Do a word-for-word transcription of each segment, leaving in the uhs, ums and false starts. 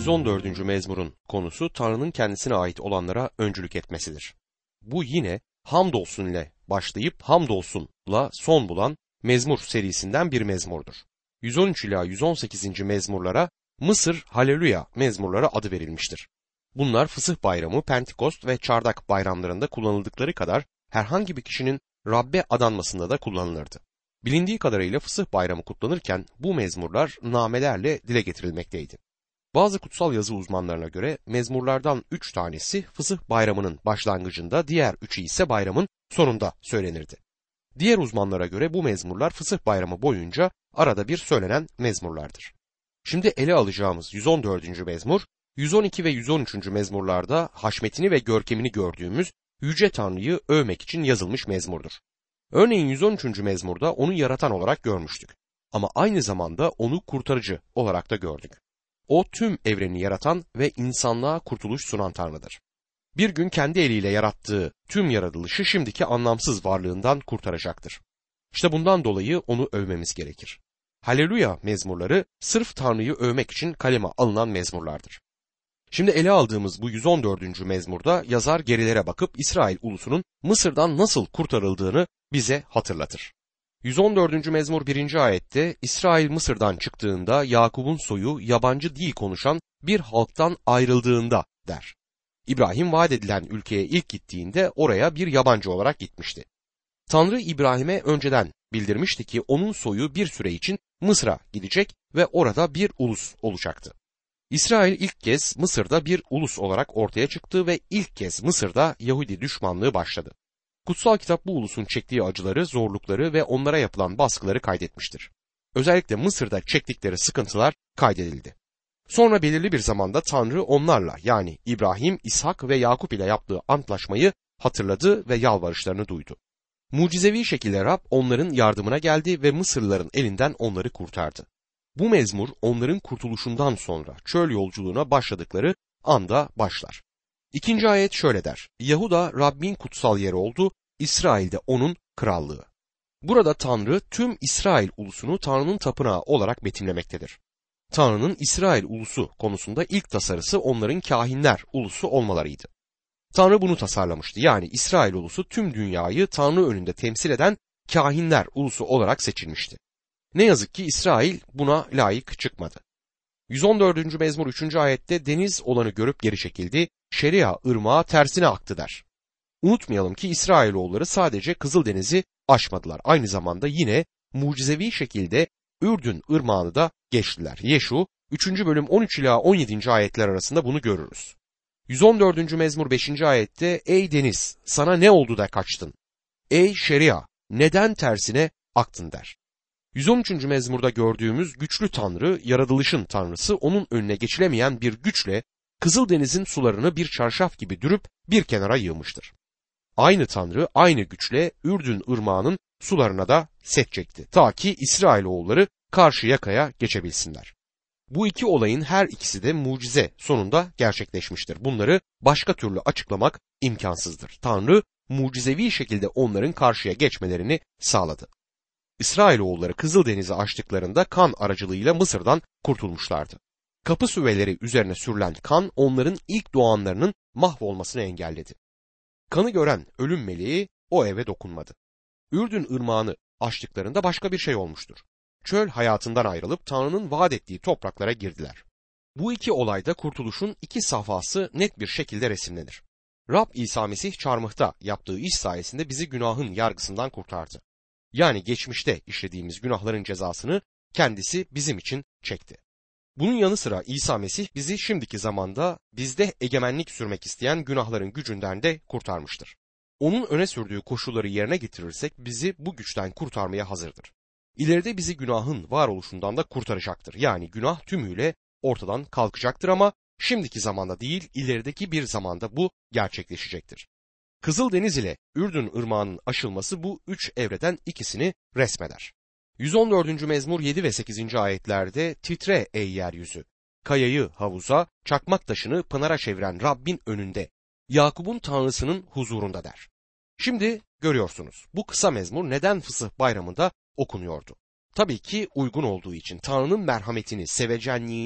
yüz on dördüncü mezmurun konusu Tanrı'nın kendisine ait olanlara öncülük etmesidir. Bu yine hamdolsun ile başlayıp hamdolsunla son bulan mezmur serisinden bir mezmurdur. yüz on üç ila yüz on sekizinci mezmurlara Mısır Haleluya mezmurları adı verilmiştir. Bunlar Fısıh Bayramı, Pentekost ve Çardak bayramlarında kullanıldıkları kadar herhangi bir kişinin Rabbe adanmasında da kullanılırdı. Bilindiği kadarıyla Fısıh Bayramı kutlanırken bu mezmurlar namelerle dile getirilmekteydi. Bazı kutsal yazı uzmanlarına göre mezmurlardan üç tanesi Fısıh Bayramı'nın başlangıcında, diğer üçü ise bayramın sonunda söylenirdi. Diğer uzmanlara göre bu mezmurlar Fısıh Bayramı boyunca arada bir söylenen mezmurlardır. Şimdi ele alacağımız yüz on dördüncü mezmur, yüz on iki ve yüz on üçüncü mezmurlarda haşmetini ve görkemini gördüğümüz Yüce Tanrı'yı övmek için yazılmış mezmurdur. Örneğin yüz on üçüncü mezmurda onu yaratan olarak görmüştük. Ama aynı zamanda onu kurtarıcı olarak da gördük. O tüm evreni yaratan ve insanlığa kurtuluş sunan Tanrı'dır. Bir gün kendi eliyle yarattığı tüm yaratılışı şimdiki anlamsız varlığından kurtaracaktır. İşte bundan dolayı onu övmemiz gerekir. Haleluya mezmurları sırf Tanrı'yı övmek için kaleme alınan mezmurlardır. Şimdi ele aldığımız bu yüz on dördüncü mezmurda yazar gerilere bakıp İsrail ulusunun Mısır'dan nasıl kurtarıldığını bize hatırlatır. yüz on dördüncü mezmur birinci ayette İsrail Mısır'dan çıktığında Yakup'un soyu yabancı dil konuşan bir halktan ayrıldığında der. İbrahim vaat edilen ülkeye ilk gittiğinde oraya bir yabancı olarak gitmişti. Tanrı İbrahim'e önceden bildirmişti ki onun soyu bir süre için Mısır'a gidecek ve orada bir ulus olacaktı. İsrail ilk kez Mısır'da bir ulus olarak ortaya çıktı ve ilk kez Mısır'da Yahudi düşmanlığı başladı. Kutsal kitap bu ulusun çektiği acıları, zorlukları ve onlara yapılan baskıları kaydetmiştir. Özellikle Mısır'da çektikleri sıkıntılar kaydedildi. Sonra belirli bir zamanda Tanrı onlarla, yani İbrahim, İshak ve Yakup ile yaptığı antlaşmayı hatırladı ve yalvarışlarını duydu. Mucizevi şekilde Rab onların yardımına geldi ve Mısırlıların elinden onları kurtardı. Bu mezmur onların kurtuluşundan sonra çöl yolculuğuna başladıkları anda başlar. İkinci ayet şöyle der: Yahuda Rabbin kutsal yeri oldu, İsrail'de onun krallığı. Burada Tanrı tüm İsrail ulusunu Tanrı'nın tapınağı olarak betimlemektedir. Tanrı'nın İsrail ulusu konusunda ilk tasarısı onların kahinler ulusu olmalarıydı. Tanrı bunu tasarlamıştı. Yani İsrail ulusu tüm dünyayı Tanrı önünde temsil eden kahinler ulusu olarak seçilmişti. Ne yazık ki İsrail buna layık çıkmadı. yüz on dördüncü mezmur üçüncü ayette deniz olanı görüp geri çekildi, Şeria ırmağı tersine aktı der. Unutmayalım ki İsrailoğulları sadece Kızıldeniz'i aşmadılar. Aynı zamanda yine mucizevi şekilde Ürdün ırmağını da geçtiler. Yeşu üçüncü bölüm on üç ila on yedinci ayetler arasında bunu görürüz. yüz on dördüncü mezmur beşinci ayette ey deniz sana ne oldu da kaçtın? Ey Şeria neden tersine aktın der. yüz on üçüncü mezmurda gördüğümüz güçlü Tanrı, yaratılışın Tanrısı, onun önüne geçilemeyen bir güçle Kızıldeniz'in sularını bir çarşaf gibi dürüp bir kenara yığmıştır. Aynı Tanrı aynı güçle Ürdün ırmağının sularına da set çekti. Ta ki İsrailoğulları karşı yakaya geçebilsinler. Bu iki olayın her ikisi de mucize sonunda gerçekleşmiştir. Bunları başka türlü açıklamak imkansızdır. Tanrı mucizevi şekilde onların karşıya geçmelerini sağladı. İsrailoğulları Kızıldeniz'i aştıklarında kan aracılığıyla Mısır'dan kurtulmuşlardı. Kapı süveleri üzerine sürülen kan onların ilk doğanlarının mahvolmasını engelledi. Kanı gören ölüm meleği o eve dokunmadı. Ürdün ırmağını aştıklarında başka bir şey olmuştur. Çöl hayatından ayrılıp Tanrı'nın vaat ettiği topraklara girdiler. Bu iki olayda kurtuluşun iki safhası net bir şekilde resimlenir. Rab İsa Mesih çarmıhta yaptığı iş sayesinde bizi günahın yargısından kurtardı. Yani geçmişte işlediğimiz günahların cezasını kendisi bizim için çekti. Bunun yanı sıra İsa Mesih bizi şimdiki zamanda bizde egemenlik sürmek isteyen günahların gücünden de kurtarmıştır. Onun öne sürdüğü koşulları yerine getirirsek bizi bu güçten kurtarmaya hazırdır. İleride bizi günahın varoluşundan da kurtaracaktır. Yani günah tümüyle ortadan kalkacaktır ama şimdiki zamanda değil, ilerideki bir zamanda bu gerçekleşecektir. Kızıldeniz ile Ürdün ırmağının aşılması bu üç evreden ikisini resmeder. yüz on dördüncü mezmur yedi ve sekizinci ayetlerde titre ey yeryüzü, kayayı havuza, çakmak taşını pınara çeviren Rabbin önünde, Yakup'un Tanrısının huzurunda der. Şimdi görüyorsunuz bu kısa mezmur neden Fısıh Bayramı'nda okunuyordu? Tabii ki uygun olduğu için, Tanrı'nın merhametini, sevecenliğini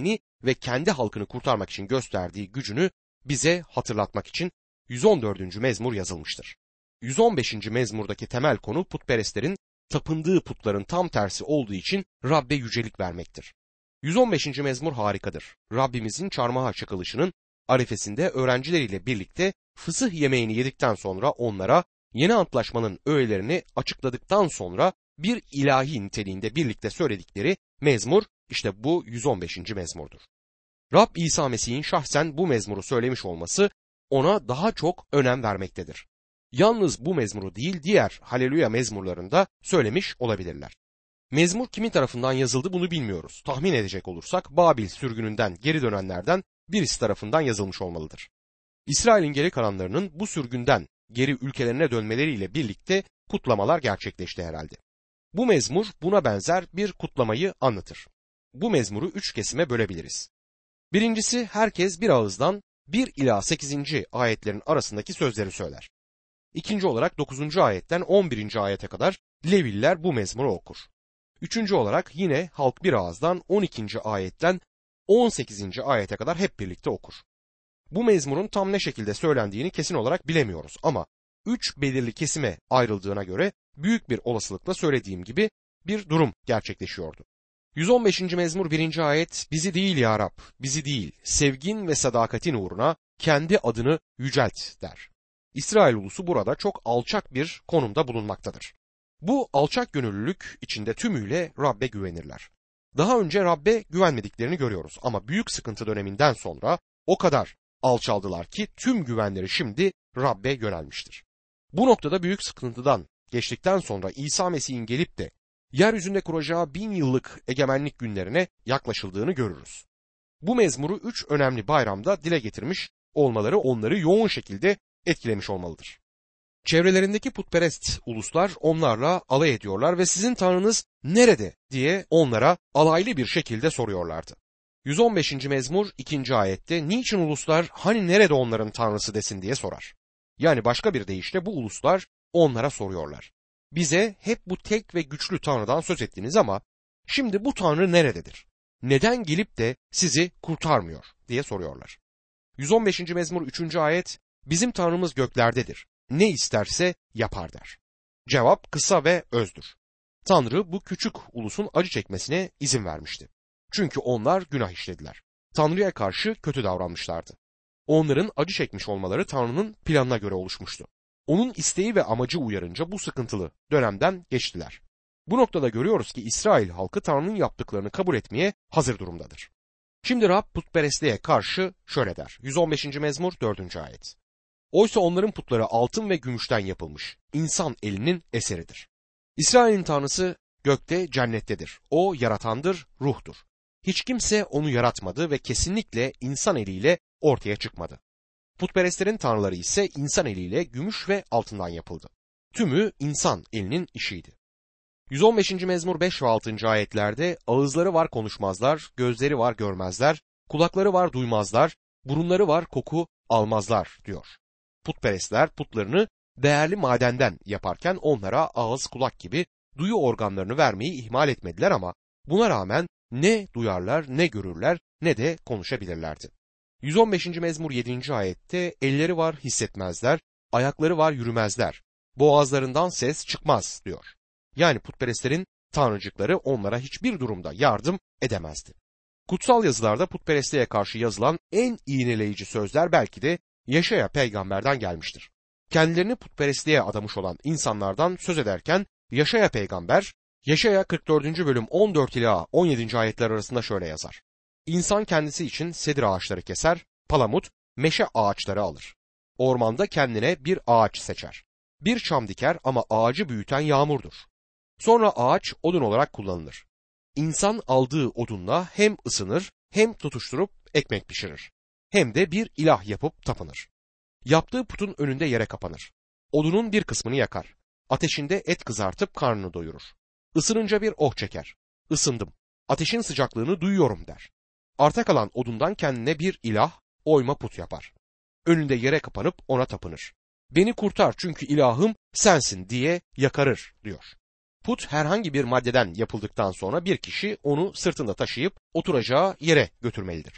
ve kendi halkını kurtarmak için gösterdiği gücünü bize hatırlatmak için yüz on dördüncü mezmur yazılmıştır. yüz on beşinci mezmurdaki temel konu putperestlerin tapındığı putların tam tersi olduğu için Rabbe yücelik vermektir. yüz on beşinci mezmur harikadır. Rabbimizin çarmıha çakılışının arifesinde öğrencileriyle birlikte fısıh yemeğini yedikten sonra onlara yeni antlaşmanın öğelerini açıkladıktan sonra bir ilahi niteliğinde birlikte söyledikleri mezmur işte bu yüz on beşinci mezmurdur. Rab İsa Mesih'in şahsen bu mezmuru söylemiş olması ona daha çok önem vermektedir. Yalnız bu mezmuru değil diğer Haleluya mezmurlarında söylemiş olabilirler. Mezmur kimin tarafından yazıldı bunu bilmiyoruz. Tahmin edecek olursak Babil sürgününden geri dönenlerden birisi tarafından yazılmış olmalıdır. İsrail'in geri kalanlarının bu sürgünden geri ülkelerine dönmeleriyle birlikte kutlamalar gerçekleşti herhalde. Bu mezmur buna benzer bir kutlamayı anlatır. Bu mezmuru üç kesime bölebiliriz. Birincisi herkes bir ağızdan bir ila sekizinci ayetlerin arasındaki sözleri söyler. İkinci olarak dokuzuncu ayetten on birinci ayete kadar Levililer bu mezmuru okur. Üçüncü olarak yine halk bir ağızdan on ikinci ayetten on sekizinci ayete kadar hep birlikte okur. Bu mezmurun tam ne şekilde söylendiğini kesin olarak bilemiyoruz ama üç belirli kesime ayrıldığına göre büyük bir olasılıkla söylediğim gibi bir durum gerçekleşiyordu. yüz on beşinci mezmur birinci ayet bizi değil ya Rab, bizi değil, sevgin ve sadakatin uğruna kendi adını yücelt der. İsrail ulusu burada çok alçak bir konumda bulunmaktadır. Bu alçak gönüllülük içinde tümüyle Rabbe güvenirler. Daha önce Rabbe güvenmediklerini görüyoruz ama büyük sıkıntı döneminden sonra o kadar alçaldılar ki tüm güvenleri şimdi Rabbe yönelmiştir. Bu noktada büyük sıkıntıdan geçtikten sonra İsa Mesih'in gelip de yeryüzünde kuracağı bin yıllık egemenlik günlerine yaklaşıldığını görürüz. Bu mezmuru üç önemli bayramda dile getirmiş olmaları onları yoğun şekilde etkilemiş olmalıdır. Çevrelerindeki putperest uluslar onlarla alay ediyorlar ve sizin tanrınız nerede diye onlara alaylı bir şekilde soruyorlardı. yüz on beşinci mezmur ikinci ayette niçin uluslar hani nerede onların tanrısı desin diye sorar. Yani başka bir deyişle bu uluslar onlara soruyorlar. Bize hep bu tek ve güçlü tanrıdan söz ettiniz ama şimdi bu tanrı nerededir? Neden gelip de sizi kurtarmıyor diye soruyorlar. yüz on beşinci mezmur üçüncü ayet bizim tanrımız göklerdedir. Ne isterse yapar der. Cevap kısa ve özdür. Tanrı bu küçük ulusun acı çekmesine izin vermişti. Çünkü onlar günah işlediler. Tanrı'ya karşı kötü davranmışlardı. Onların acı çekmiş olmaları Tanrı'nın planına göre oluşmuştu. Onun isteği ve amacı uyarınca bu sıkıntılı dönemden geçtiler. Bu noktada görüyoruz ki İsrail halkı Tanrı'nın yaptıklarını kabul etmeye hazır durumdadır. Şimdi Rab putperestliğe karşı şöyle der. yüz on beşinci mezmur dördüncü ayet. Oysa onların putları altın ve gümüşten yapılmış, insan elinin eseridir. İsrail'in tanrısı gökte cennettedir. O yaratandır, ruhtur. Hiç kimse onu yaratmadı ve kesinlikle insan eliyle ortaya çıkmadı. Putperestlerin tanrıları ise insan eliyle gümüş ve altından yapıldı. Tümü insan elinin işiydi. yüz on beşinci mezmur beş ve altıncı ayetlerde ağızları var konuşmazlar, gözleri var görmezler, kulakları var duymazlar, burunları var koku almazlar diyor. Putperestler putlarını değerli madenden yaparken onlara ağız kulak gibi duyu organlarını vermeyi ihmal etmediler ama buna rağmen ne duyarlar ne görürler ne de konuşabilirlerdi. yüz on beşinci mezmur yedinci ayette elleri var hissetmezler, ayakları var yürümezler, boğazlarından ses çıkmaz diyor. Yani putperestlerin tanrıcıkları onlara hiçbir durumda yardım edemezdi. Kutsal yazılarda putperestliğe karşı yazılan en iğneleyici sözler belki de Yaşaya peygamberden gelmiştir. Kendilerini putperestliğe adamış olan insanlardan söz ederken Yaşaya peygamber, Yaşaya kırk dördüncü bölüm on dört ila on yedinci ayetler arasında şöyle yazar. İnsan kendisi için sedir ağaçları keser, palamut, meşe ağaçları alır. Ormanda kendine bir ağaç seçer. Bir çam diker ama ağacı büyüten yağmurdur. Sonra ağaç odun olarak kullanılır. İnsan aldığı odunla hem ısınır hem tutuşturup ekmek pişirir. Hem de bir ilah yapıp tapınır. Yaptığı putun önünde yere kapanır. Odunun bir kısmını yakar. Ateşinde et kızartıp karnını doyurur. Isınınca bir oh çeker. Isındım. Ateşin sıcaklığını duyuyorum der. Arta kalan odundan kendine bir ilah, oyma put yapar. Önünde yere kapanıp ona tapınır. Beni kurtar çünkü ilahım sensin diye yakarır diyor. Put herhangi bir maddeden yapıldıktan sonra bir kişi onu sırtında taşıyıp oturacağı yere götürmelidir.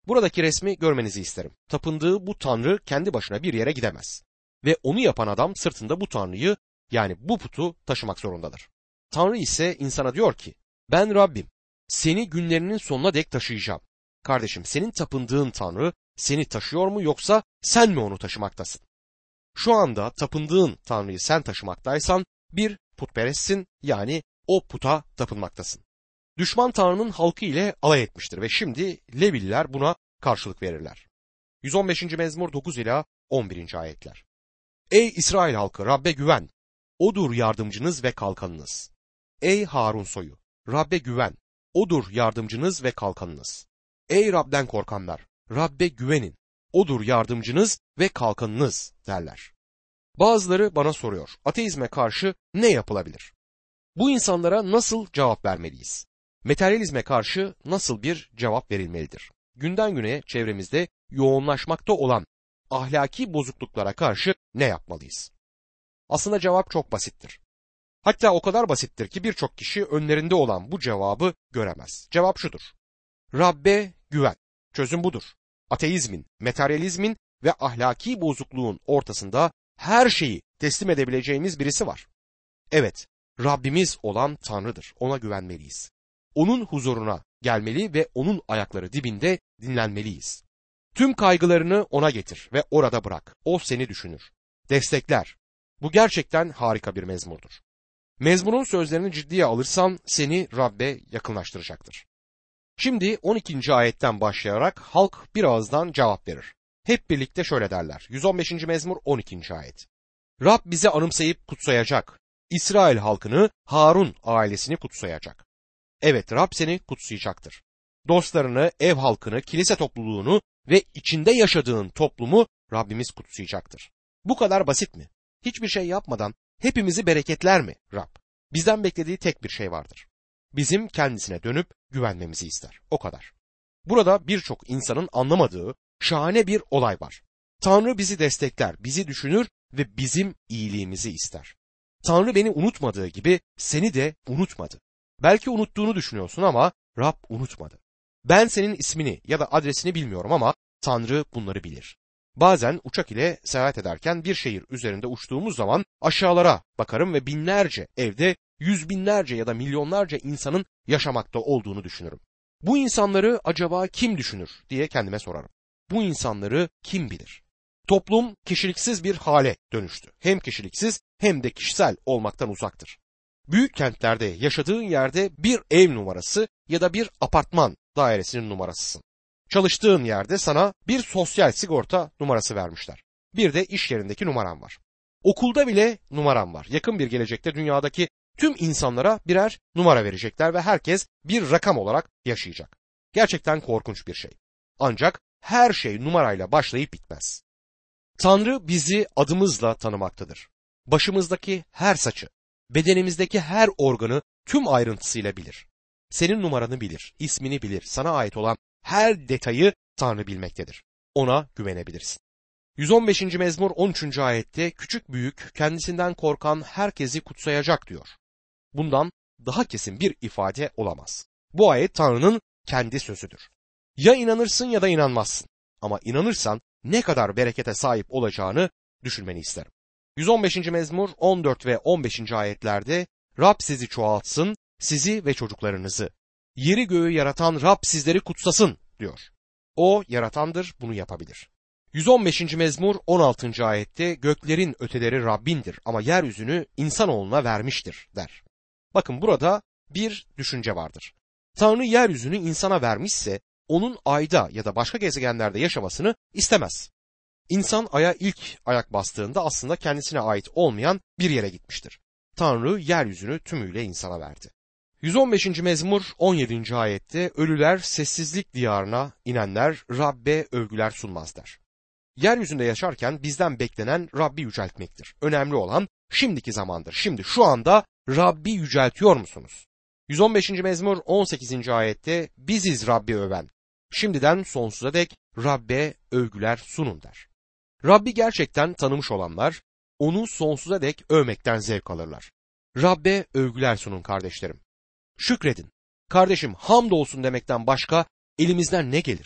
Buradaki resmi görmenizi isterim. Tapındığı bu tanrı kendi başına bir yere gidemez. Ve onu yapan adam sırtında bu tanrıyı, yani bu putu taşımak zorundadır. Tanrı ise insana diyor ki, ben Rabbim, seni günlerinin sonuna dek taşıyacağım. Kardeşim, senin tapındığın tanrı seni taşıyor mu, yoksa sen mi onu taşımaktasın? Şu anda tapındığın tanrıyı sen taşımaktaysan bir putperestsin, yani o puta tapınmaktasın. Düşman tanrının halkı ile alay etmiştir ve şimdi Levililer buna karşılık verirler. yüz on beşinci mezmur dokuz ila on birinci ayetler. Ey İsrail halkı, Rabbe güven. O'dur yardımcınız ve kalkanınız. Ey Harun soyu, Rabbe güven. O'dur yardımcınız ve kalkanınız. Ey Rab'den korkanlar, Rabbe güvenin. O'dur yardımcınız ve kalkanınız derler. Bazıları bana soruyor, ateizme karşı ne yapılabilir? Bu insanlara nasıl cevap vermeliyiz? Materyalizme karşı nasıl bir cevap verilmelidir? Günden güne çevremizde yoğunlaşmakta olan ahlaki bozukluklara karşı ne yapmalıyız? Aslında cevap çok basittir. Hatta o kadar basittir ki birçok kişi önlerinde olan bu cevabı göremez. Cevap şudur: Rabbe güven. Çözüm budur. Ateizmin, materyalizmin ve ahlaki bozukluğun ortasında her şeyi teslim edebileceğimiz birisi var. Evet, Rabbimiz olan Tanrı'dır. Ona güvenmeliyiz. Onun huzuruna gelmeli ve onun ayakları dibinde dinlenmeliyiz. Tüm kaygılarını ona getir ve orada bırak. O seni düşünür, destekler. Bu gerçekten harika bir mezmurdur. Mezmurun sözlerini ciddiye alırsan seni Rabbe yakınlaştıracaktır. Şimdi on ikinci ayetten başlayarak halk bir ağızdan cevap verir. Hep birlikte şöyle derler. yüz on beşinci mezmur on ikinci ayet. Rab bizi anımsayıp kutsayacak. İsrail halkını, Harun ailesini kutsayacak. Evet, Rab seni kutsayacaktır. Dostlarını, ev halkını, kilise topluluğunu ve içinde yaşadığın toplumu Rabbimiz kutsayacaktır. Bu kadar basit mi? Hiçbir şey yapmadan hepimizi bereketler mi Rab? Bizden beklediği tek bir şey vardır. Bizim kendisine dönüp güvenmemizi ister. O kadar. Burada birçok insanın anlamadığı şahane bir olay var. Tanrı bizi destekler, bizi düşünür ve bizim iyiliğimizi ister. Tanrı beni unutmadığı gibi seni de unutmadı. Belki unuttuğunu düşünüyorsun ama Rab unutmadı. Ben senin ismini ya da adresini bilmiyorum ama Tanrı bunları bilir. Bazen uçak ile seyahat ederken bir şehir üzerinde uçtuğumuz zaman aşağılara bakarım ve binlerce evde yüz binlerce ya da milyonlarca insanın yaşamakta olduğunu düşünürüm. Bu insanları acaba kim düşünür diye kendime sorarım. Bu insanları kim bilir? Toplum kişiliksiz bir hale dönüştü. Hem kişiliksiz hem de kişisel olmaktan uzaktır. Büyük kentlerde yaşadığın yerde bir ev numarası ya da bir apartman dairesinin numarasısın. Çalıştığın yerde sana bir sosyal sigorta numarası vermişler. Bir de iş yerindeki numaran var. Okulda bile numaran var. Yakın bir gelecekte dünyadaki tüm insanlara birer numara verecekler ve herkes bir rakam olarak yaşayacak. Gerçekten korkunç bir şey. Ancak her şey numarayla başlayıp bitmez. Tanrı bizi adımızla tanımaktadır. Başımızdaki her saçı, bedenimizdeki her organı tüm ayrıntısıyla bilir. Senin numaranı bilir, ismini bilir, sana ait olan her detayı Tanrı bilmektedir. Ona güvenebilirsin. yüz on beşinci mezmur on üçüncü ayette küçük büyük kendisinden korkan herkesi kutsayacak diyor. Bundan daha kesin bir ifade olamaz. Bu ayet Tanrı'nın kendi sözüdür. Ya inanırsın ya da inanmazsın. Ama inanırsan ne kadar berekete sahip olacağını düşünmeni isterim. yüz on beşinci mezmur on dört ve on beşinci ayetlerde Rab sizi çoğaltsın, sizi ve çocuklarınızı. Yeri göğü yaratan Rab sizleri kutsasın diyor. O yaratandır, bunu yapabilir. yüz on beşinci mezmur on altıncı ayette göklerin öteleri Rabbindir ama yeryüzünü insanoğluna vermiştir der. Bakın burada bir düşünce vardır. Tanrı yeryüzünü insana vermişse onun ayda ya da başka gezegenlerde yaşamasını istemez. İnsan aya ilk ayak bastığında aslında kendisine ait olmayan bir yere gitmiştir. Tanrı yeryüzünü tümüyle insana verdi. yüz on beşinci mezmur on yedinci ayette ölüler sessizlik diyarına inenler Rabbe övgüler sunmaz der. Yeryüzünde yaşarken bizden beklenen Rabbi yüceltmektir. Önemli olan şimdiki zamandır. Şimdi şu anda Rabbi yüceltiyor musunuz? yüz on beşinci mezmur on sekizinci ayette biziz Rabbi öven. Şimdiden sonsuza dek Rabbe övgüler sunun der. Rabbi gerçekten tanımış olanlar onu sonsuza dek övmekten zevk alırlar. Rabbe övgüler sunun kardeşlerim. Şükredin. Kardeşim hamdolsun demekten başka elimizden ne gelir?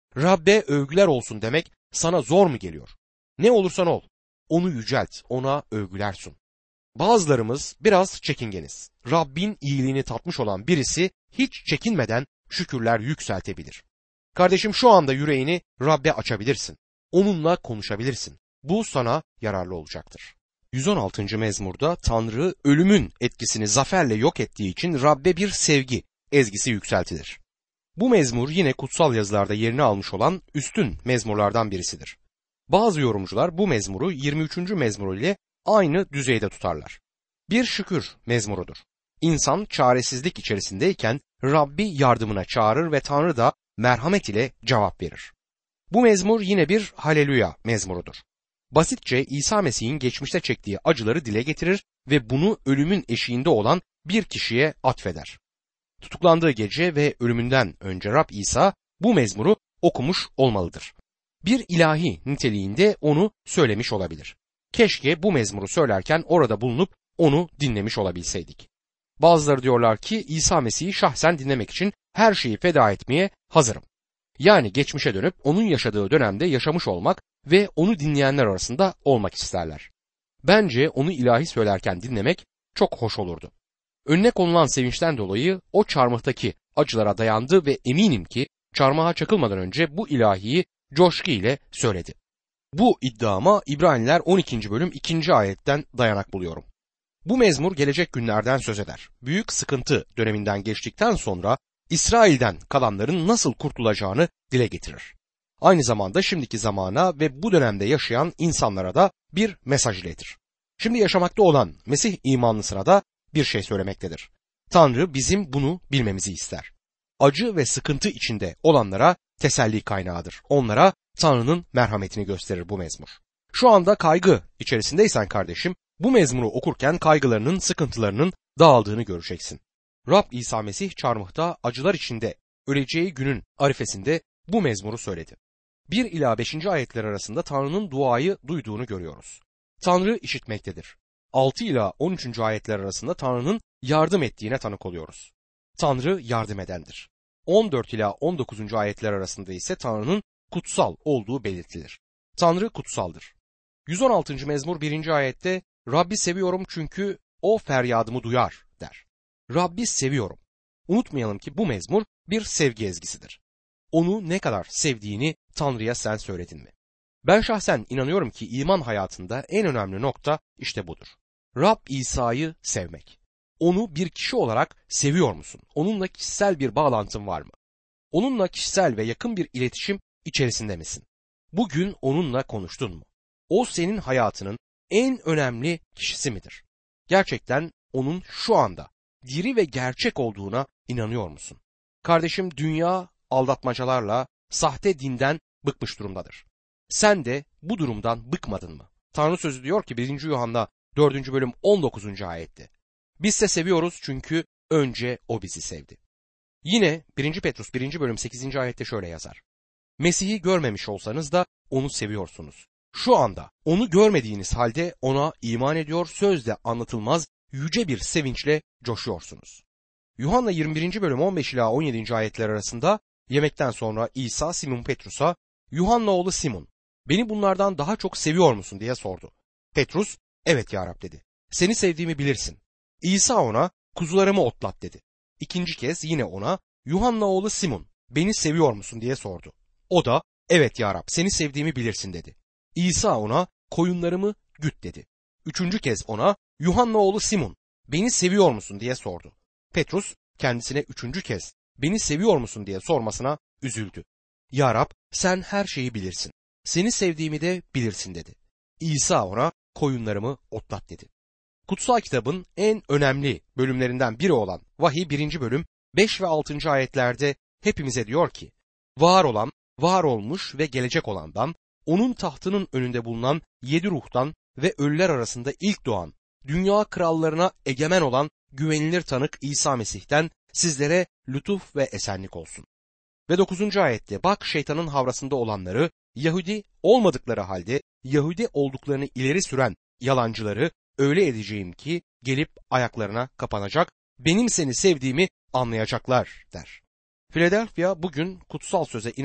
Rabbe övgüler olsun demek sana zor mu geliyor? Ne olursan ol, onu yücelt, ona övgüler sun. Bazılarımız biraz çekingeniz. Rabbin iyiliğini tatmış olan birisi hiç çekinmeden şükürler yükseltebilir. Kardeşim, şu anda yüreğini Rabbe açabilirsin. Onunla konuşabilirsin. Bu sana yararlı olacaktır. yüz on altıncı mezmurda Tanrı ölümün etkisini zaferle yok ettiği için Rabbe bir sevgi ezgisi yükseltilir. Bu mezmur yine kutsal yazılarda yerini almış olan üstün mezmurlardan birisidir. Bazı yorumcular bu mezmuru yirmi üçüncü mezmur ile aynı düzeyde tutarlar. Bir şükür mezmurudur. İnsan çaresizlik içerisindeyken Rabbi yardımına çağırır ve Tanrı da merhamet ile cevap verir. Bu mezmur yine bir haleluya mezmurudur. Basitçe İsa Mesih'in geçmişte çektiği acıları dile getirir ve bunu ölümün eşiğinde olan bir kişiye atfeder. Tutuklandığı gece ve ölümünden önce Rab İsa bu mezmuru okumuş olmalıdır. Bir ilahi niteliğinde onu söylemiş olabilir. Keşke bu mezmuru söylerken orada bulunup onu dinlemiş olabilseydik. Bazıları diyorlar ki İsa Mesih'i şahsen dinlemek için her şeyi feda etmeye hazırım. Yani geçmişe dönüp onun yaşadığı dönemde yaşamış olmak ve onu dinleyenler arasında olmak isterler. Bence onu ilahi söylerken dinlemek çok hoş olurdu. Önüne konulan sevinçten dolayı o çarmıhtaki acılara dayandı ve eminim ki çarmıha çakılmadan önce bu ilahiyi coşku ile söyledi. Bu iddiama İbraniler on ikinci bölüm ikinci ayetten dayanak buluyorum. Bu mezmur gelecek günlerden söz eder. Büyük sıkıntı döneminden geçtikten sonra İsrail'den kalanların nasıl kurtulacağını dile getirir. Aynı zamanda şimdiki zamana ve bu dönemde yaşayan insanlara da bir mesaj iletir. Şimdi yaşamakta olan Mesih imanlısına da bir şey söylemektedir. Tanrı bizim bunu bilmemizi ister. Acı ve sıkıntı içinde olanlara teselli kaynağıdır. Onlara Tanrı'nın merhametini gösterir bu mezmur. Şu anda kaygı içerisindeysen kardeşim, bu mezmuru okurken kaygılarının, sıkıntılarının dağıldığını göreceksin. Rab İsa Mesih çarmıhta acılar içinde öleceği günün arifesinde bu mezmuru söyledi. bir ila beşinci ayetler arasında Tanrı'nın duayı duyduğunu görüyoruz. Tanrı işitmektedir. altı ila on üçüncü ayetler arasında Tanrı'nın yardım ettiğine tanık oluyoruz. Tanrı yardım edendir. on dört ila on dokuzuncu ayetler arasında ise Tanrı'nın kutsal olduğu belirtilir. Tanrı kutsaldır. yüz on altıncı mezmur birinci ayette Rabbi seviyorum çünkü o feryadımı duyar der. Rabbi seviyorum. Unutmayalım ki bu mezmur bir sevgi ezgisidir. Onu ne kadar sevdiğini Tanrı'ya sen söyledin mi? Ben şahsen inanıyorum ki iman hayatında en önemli nokta işte budur. Rab İsa'yı sevmek. Onu bir kişi olarak seviyor musun? Onunla kişisel bir bağlantın var mı? Onunla kişisel ve yakın bir iletişim içerisinde misin? Bugün onunla konuştun mu? O senin hayatının en önemli kişisi midir? Gerçekten onun şu anda diri ve gerçek olduğuna inanıyor musun? Kardeşim, dünya aldatmacalarla, sahte dinden bıkmış durumdadır. Sen de bu durumdan bıkmadın mı? Tanrı sözü diyor ki birinci Yuhanna dördüncü bölüm on dokuzuncu ayette. Biz de seviyoruz çünkü önce o bizi sevdi. Yine birinci Petrus birinci bölüm sekizinci ayette şöyle yazar. Mesih'i görmemiş olsanız da onu seviyorsunuz. Şu anda onu görmediğiniz halde ona iman ediyor, sözle anlatılmaz yüce bir sevinçle coşuyorsunuz. Yuhanna yirmi birinci bölüm on beş ila on yedinci ayetler arasında yemekten sonra İsa Simon Petrus'a Yuhanna oğlu Simon, beni bunlardan daha çok seviyor musun diye sordu. Petrus, evet ya Rab dedi. Seni sevdiğimi bilirsin. İsa ona kuzularımı otlat dedi. İkinci kez yine ona Yuhanna oğlu Simon, beni seviyor musun diye sordu. O da evet ya Rab, seni sevdiğimi bilirsin dedi. İsa ona koyunlarımı güt dedi. Üçüncü kez ona Yuhanna oğlu Simon, beni seviyor musun diye sordu. Petrus kendisine üçüncü kez beni seviyor musun diye sormasına üzüldü. Ya Rab, sen her şeyi bilirsin. Seni sevdiğimi de bilirsin dedi. İsa ona koyunlarımı otlat dedi. Kutsal kitabın en önemli bölümlerinden biri olan Vahiy birinci bölüm beş ve altıncı ayetlerde hepimize diyor ki, var olan, var olmuş ve gelecek olandan, onun tahtının önünde bulunan yedi ruhtan ve ölüler arasında ilk doğan, dünya krallarına egemen olan güvenilir tanık İsa Mesih'ten sizlere lütuf ve esenlik olsun. Ve dokuzuncu ayette bak şeytanın havrasında olanları, Yahudi olmadıkları halde Yahudi olduklarını ileri süren yalancıları öyle edeceğim ki gelip ayaklarına kapanacak, benim seni sevdiğimi anlayacaklar der. Philadelphia bugün kutsal söze inanan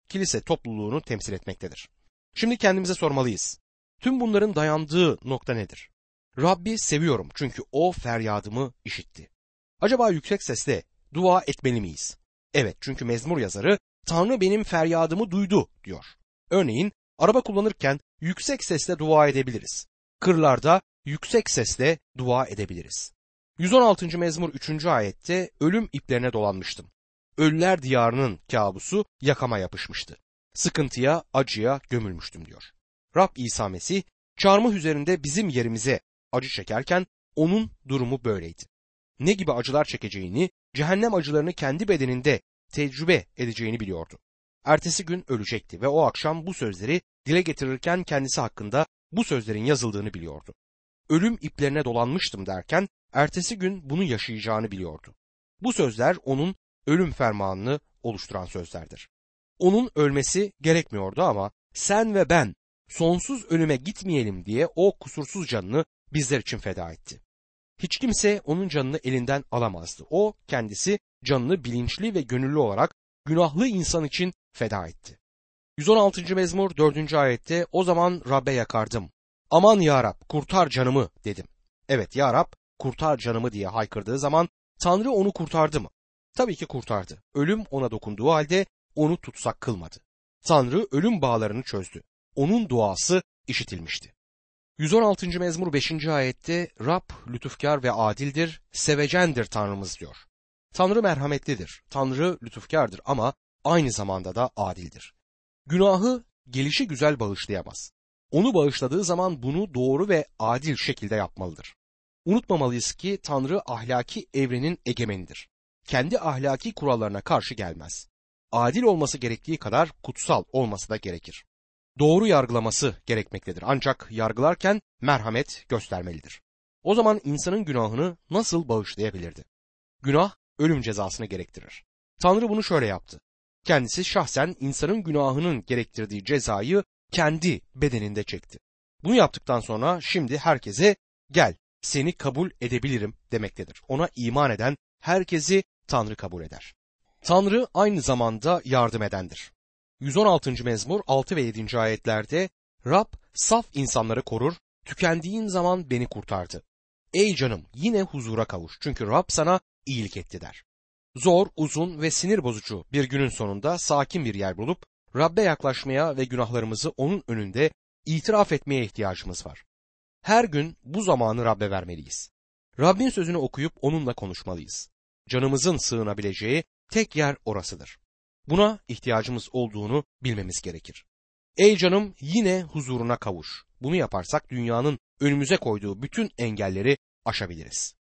kilise topluluğunu temsil etmektedir. Şimdi kendimize sormalıyız. Tüm bunların dayandığı nokta nedir? Rabbi seviyorum çünkü o feryadımı işitti. Acaba yüksek sesle dua etmeli miyiz? Evet, çünkü mezmur yazarı Tanrı benim feryadımı duydu diyor. Örneğin araba kullanırken yüksek sesle dua edebiliriz. Kırlarda yüksek sesle dua edebiliriz. yüz on altıncı mezmur üçüncü ayette ölüm iplerine dolanmıştım. Ölüler diyarının kabusu yakama yapışmıştı. Sıkıntıya, acıya gömülmüştüm diyor. Rab İsa Mesih çarmıh üzerinde bizim yerimize acı çekerken onun durumu böyleydi. Ne gibi acılar çekeceğini, cehennem acılarını kendi bedeninde tecrübe edeceğini biliyordu. Ertesi gün ölecekti ve o akşam bu sözleri dile getirirken kendisi hakkında bu sözlerin yazıldığını biliyordu. Ölüm iplerine dolanmıştım derken ertesi gün bunu yaşayacağını biliyordu. Bu sözler onun ölüm fermanını oluşturan sözlerdir. Onun ölmesi gerekmiyordu ama sen ve ben sonsuz ölüme gitmeyelim diye o kusursuz canını bizler için feda etti. Hiç kimse onun canını elinden alamazdı. O kendisi canını bilinçli ve gönüllü olarak günahlı insan için feda etti. yüz on altıncı mezmur dördüncü ayette o zaman Rab'be yakardım. Aman ya Rab kurtar canımı dedim. Evet ya Rab kurtar canımı diye haykırdığı zaman Tanrı onu kurtardı mı? Tabii ki kurtardı. Ölüm ona dokunduğu halde onu tutsak kılmadı. Tanrı ölüm bağlarını çözdü. Onun duası işitilmişti. yüz on altıncı mezmur beşinci ayette Rab lütufkar ve adildir, sevecendir Tanrımız diyor. Tanrı merhametlidir, Tanrı lütufkardır ama aynı zamanda da adildir. Günahı gelişi güzel bağışlayamaz. Onu bağışladığı zaman bunu doğru ve adil şekilde yapmalıdır. Unutmamalıyız ki Tanrı ahlaki evrenin egemenidir. Kendi ahlaki kurallarına karşı gelmez. Adil olması gerektiği kadar kutsal olması da gerekir. Doğru yargılaması gerekmektedir. Ancak yargılarken merhamet göstermelidir. O zaman insanın günahını nasıl bağışlayabilirdi? Günah ölüm cezasını gerektirir. Tanrı bunu şöyle yaptı. Kendisi şahsen insanın günahının gerektirdiği cezayı kendi bedeninde çekti. Bunu yaptıktan sonra şimdi herkese gel seni kabul edebilirim demektedir. Ona iman eden herkesi Tanrı kabul eder. Tanrı aynı zamanda yardım edendir. yüz on altıncı mezmur altı ve yedinci ayetlerde Rab saf insanları korur, tükendiğin zaman beni kurtardı. Ey canım yine huzura kavuş çünkü Rab sana iyilik etti der. Zor, uzun ve sinir bozucu bir günün sonunda sakin bir yer bulup Rab'be yaklaşmaya ve günahlarımızı onun önünde itiraf etmeye ihtiyacımız var. Her gün bu zamanı Rab'be vermeliyiz. Rabbin sözünü okuyup onunla konuşmalıyız. Canımızın sığınabileceği tek yer orasıdır. Buna ihtiyacımız olduğunu bilmemiz gerekir. Ey canım yine huzuruna kavuş. Bunu yaparsak dünyanın önümüze koyduğu bütün engelleri aşabiliriz.